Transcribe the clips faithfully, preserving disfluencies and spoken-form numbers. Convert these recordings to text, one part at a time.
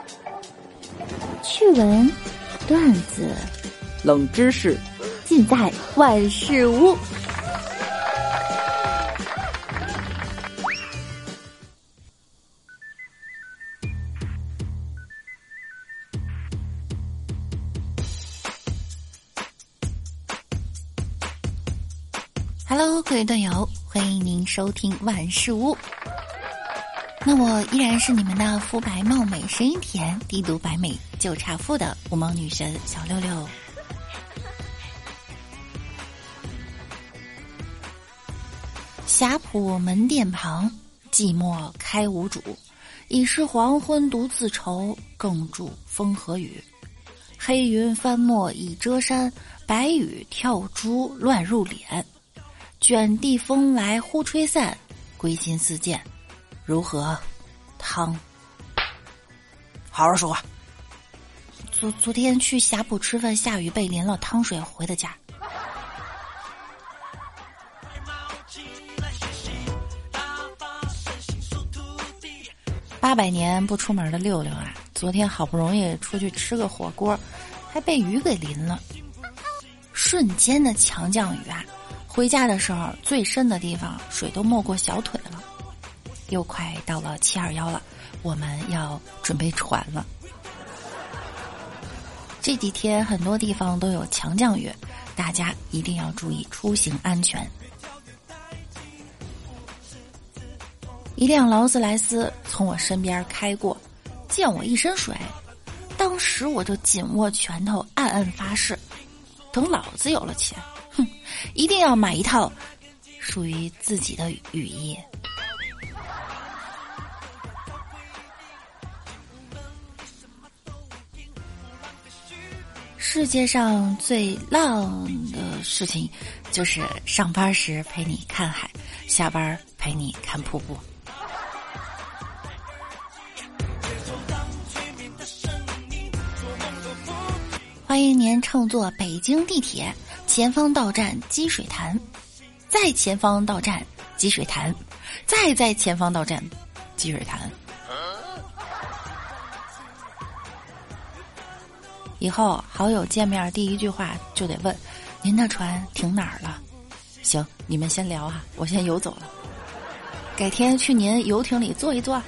趣闻、段子、 冷知识， 尽在万事屋。Hello， 各位段友，欢迎您收听万事屋。那我依然是你们的肤白貌美、声音甜、低毒白美就差富的无毛女神小六六。霞浦门店旁，寂寞开无主，已是黄昏独自愁，更著风和雨。黑云翻墨已遮山，白雨跳珠乱入脸。卷地风来忽吹散，归心似箭。如何汤？好好说话。昨昨天去霞浦吃饭，下雨被淋了，汤水回的家。八百年不出门的六六啊，昨天好不容易出去吃个火锅，还被雨给淋了。瞬间的强降雨啊，回家的时候最深的地方水都没过小腿了。又快到了七二一了，我们要准备船了。这几天很多地方都有强降雨，大家一定要注意出行安全。一辆劳斯莱斯从我身边开过，溅我一身水，当时我就紧握拳头，暗暗发誓，等老子有了钱，哼，一定要买一套属于自己的雨衣。世界上最浪的事情，就是上班时陪你看海，下班陪你看瀑布。欢迎您乘坐北京地铁，前方到站积水潭，再前方到站积水潭，再在前方到站积水潭。以后好友见面第一句话就得问，您的船停哪儿了？行，你们先聊啊，我先游走了，改天去您游艇里坐一坐。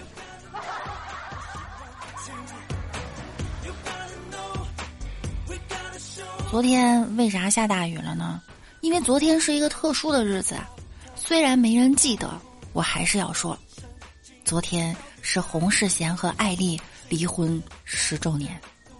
昨天为啥下大雨了呢？因为昨天是一个特殊的日子，虽然没人记得，我还是要说，昨天是洪世贤和艾丽离婚十周年。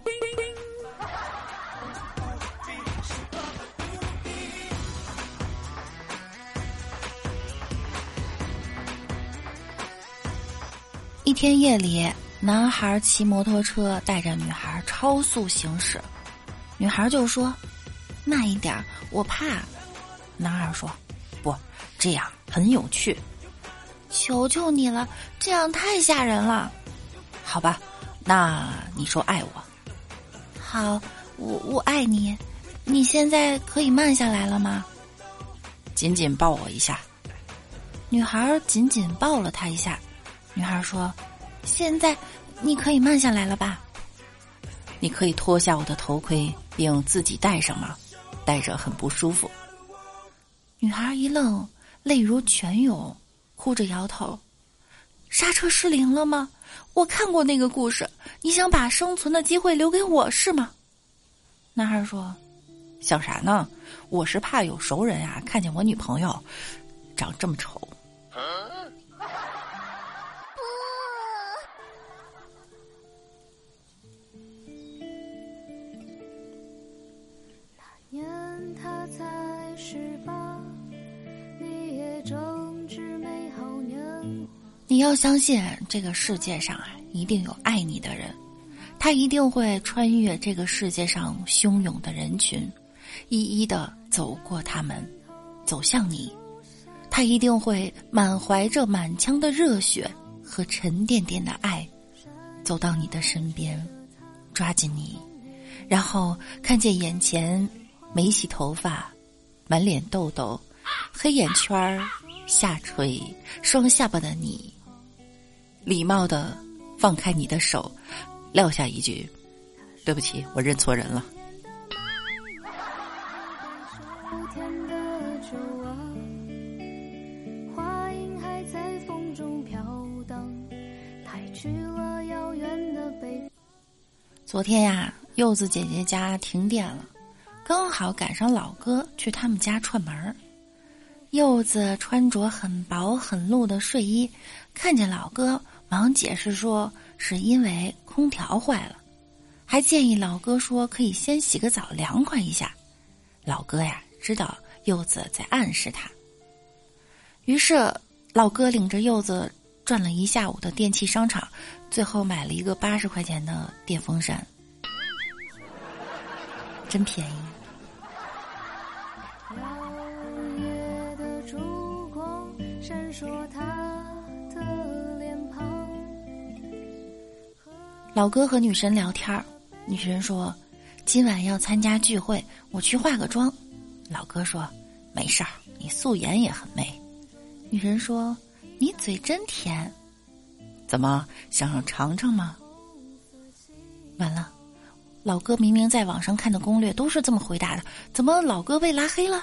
一天夜里，男孩骑摩托车带着女孩超速行驶，女孩就说：“慢一点，我怕。”男孩说：“不，这样很有趣。”求求你了，这样太吓人了。好吧，那你说爱我。好，我我爱你。你现在可以慢下来了吗？紧紧抱我一下。女孩紧紧抱了他一下。女孩说：“现在你可以慢下来了吧？你可以脱下我的头盔并自己戴上吗？戴着很不舒服。”女孩一愣，泪如泉涌，哭着摇头：“刹车失灵了吗？我看过那个故事，你想把生存的机会留给我是吗？”男孩说：“想啥呢？我是怕有熟人啊看见我女朋友长这么丑。”你要相信这个世界上啊，一定有爱你的人，他一定会穿越这个世界上汹涌的人群，一一的走过他们，走向你。他一定会满怀着满腔的热血和沉甸甸的爱，走到你的身边，抓紧你，然后看见眼前没洗头发、满脸痘痘、黑眼圈、下垂、双下巴的你，礼貌地放开你的手， 撂下一句：“对不起，我认错人了。”昨天呀，柚子姐姐家停电了，刚好赶上老哥去他们家串门。柚子穿着很薄很露的睡衣，看见老哥忙解释说是因为空调坏了，还建议老哥说可以先洗个澡凉快一下。老哥呀知道柚子在暗示他，于是老哥领着柚子转了一下午的电器商场，最后买了一个八十块钱的电风扇，真便宜。老哥和女神聊天，女神说今晚要参加聚会，我去化个妆。老哥说没事儿，你素颜也很美。女神说你嘴真甜，怎么想尝尝吗？完了，老哥明明在网上看的攻略都是这么回答的，怎么老哥被拉黑了？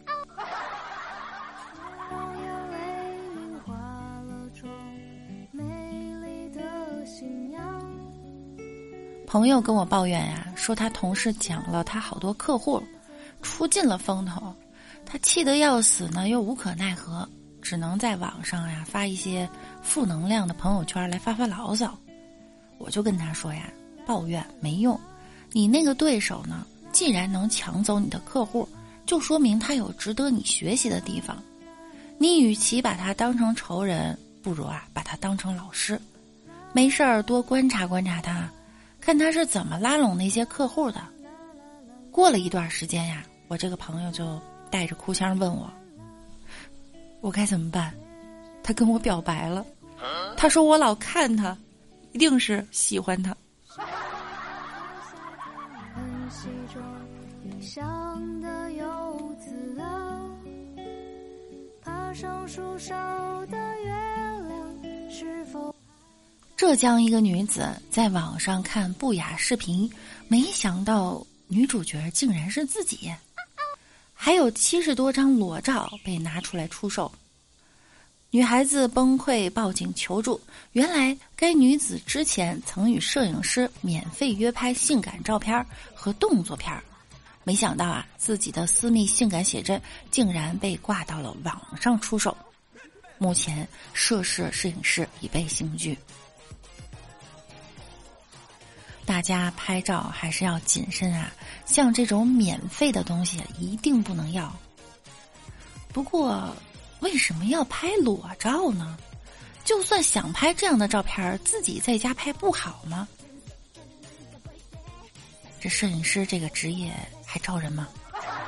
朋友跟我抱怨呀、啊，说他同事讲了他好多客户，出尽了风头，他气得要死呢，又无可奈何，只能在网上呀发一些负能量的朋友圈来发发牢骚。我就跟他说呀，抱怨没用，你那个对手呢，既然能抢走你的客户，就说明他有值得你学习的地方。你与其把他当成仇人，不如啊把他当成老师，没事儿多观察观察他，看他是怎么拉拢那些客户的。过了一段时间呀，我这个朋友就带着哭腔问我，我该怎么办？他跟我表白了，他说我老看他，一定是喜欢他。浙江一个女子在网上看不雅视频，没想到女主角竟然是自己，还有七十多张裸照被拿出来出售。女孩子崩溃报警求助，原来该女子之前曾与摄影师免费约拍性感照片和动作片，没想到啊，自己的私密性感写真竟然被挂到了网上出售。目前涉事摄影师已被刑拘。大家拍照还是要谨慎啊，像这种免费的东西一定不能要。不过为什么要拍裸照呢？就算想拍这样的照片，自己在家拍不好吗？这摄影师这个职业还招人吗？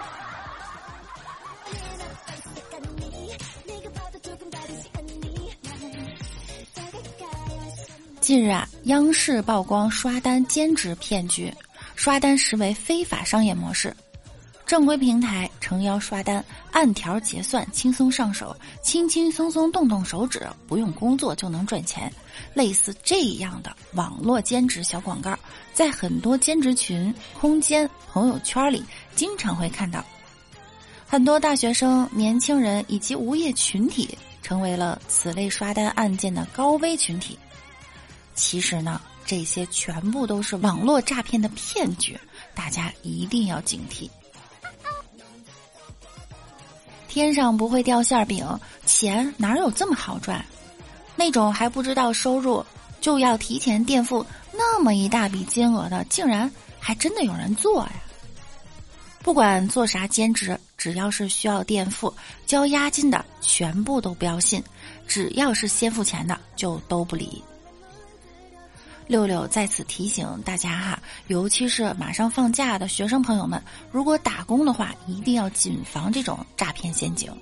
近日啊，央视曝光刷单兼职骗局，刷单实为非法商业模式。正规平台诚邀刷单，按条结算，轻松上手，轻轻松松动动手指，不用工作就能赚钱。类似这样的网络兼职小广告，在很多兼职群、空间、朋友圈里经常会看到。很多大学生、年轻人以及无业群体成为了此类刷单案件的高危群体。其实呢，这些全部都是网络诈骗的骗局，大家一定要警惕。天上不会掉馅饼，钱哪有这么好赚？那种还不知道收入就要提前垫付那么一大笔金额的，竟然还真的有人做呀！不管做啥兼职，只要是需要垫付、交押金的，全部都不要信，只要是先付钱的，就都不理。六六在此提醒大家哈，尤其是马上放假的学生朋友们，如果打工的话，一定要谨防这种诈骗陷阱。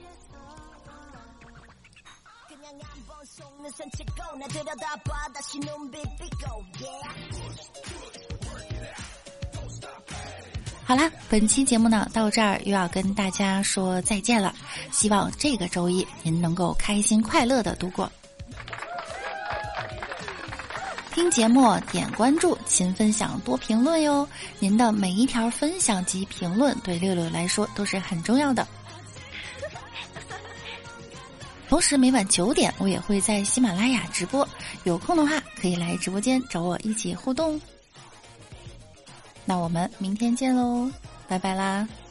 好啦，本期节目呢到这儿又要跟大家说再见了，希望这个周一您能够开心快乐的度过。 听节目点关注，勤分享，多评论哟。您的每一条分享及评论对六六来说都是很重要的。同时每晚九点我也会在喜马拉雅直播，有空的话可以来直播间找我一起互动。那我们明天见喽，拜拜啦。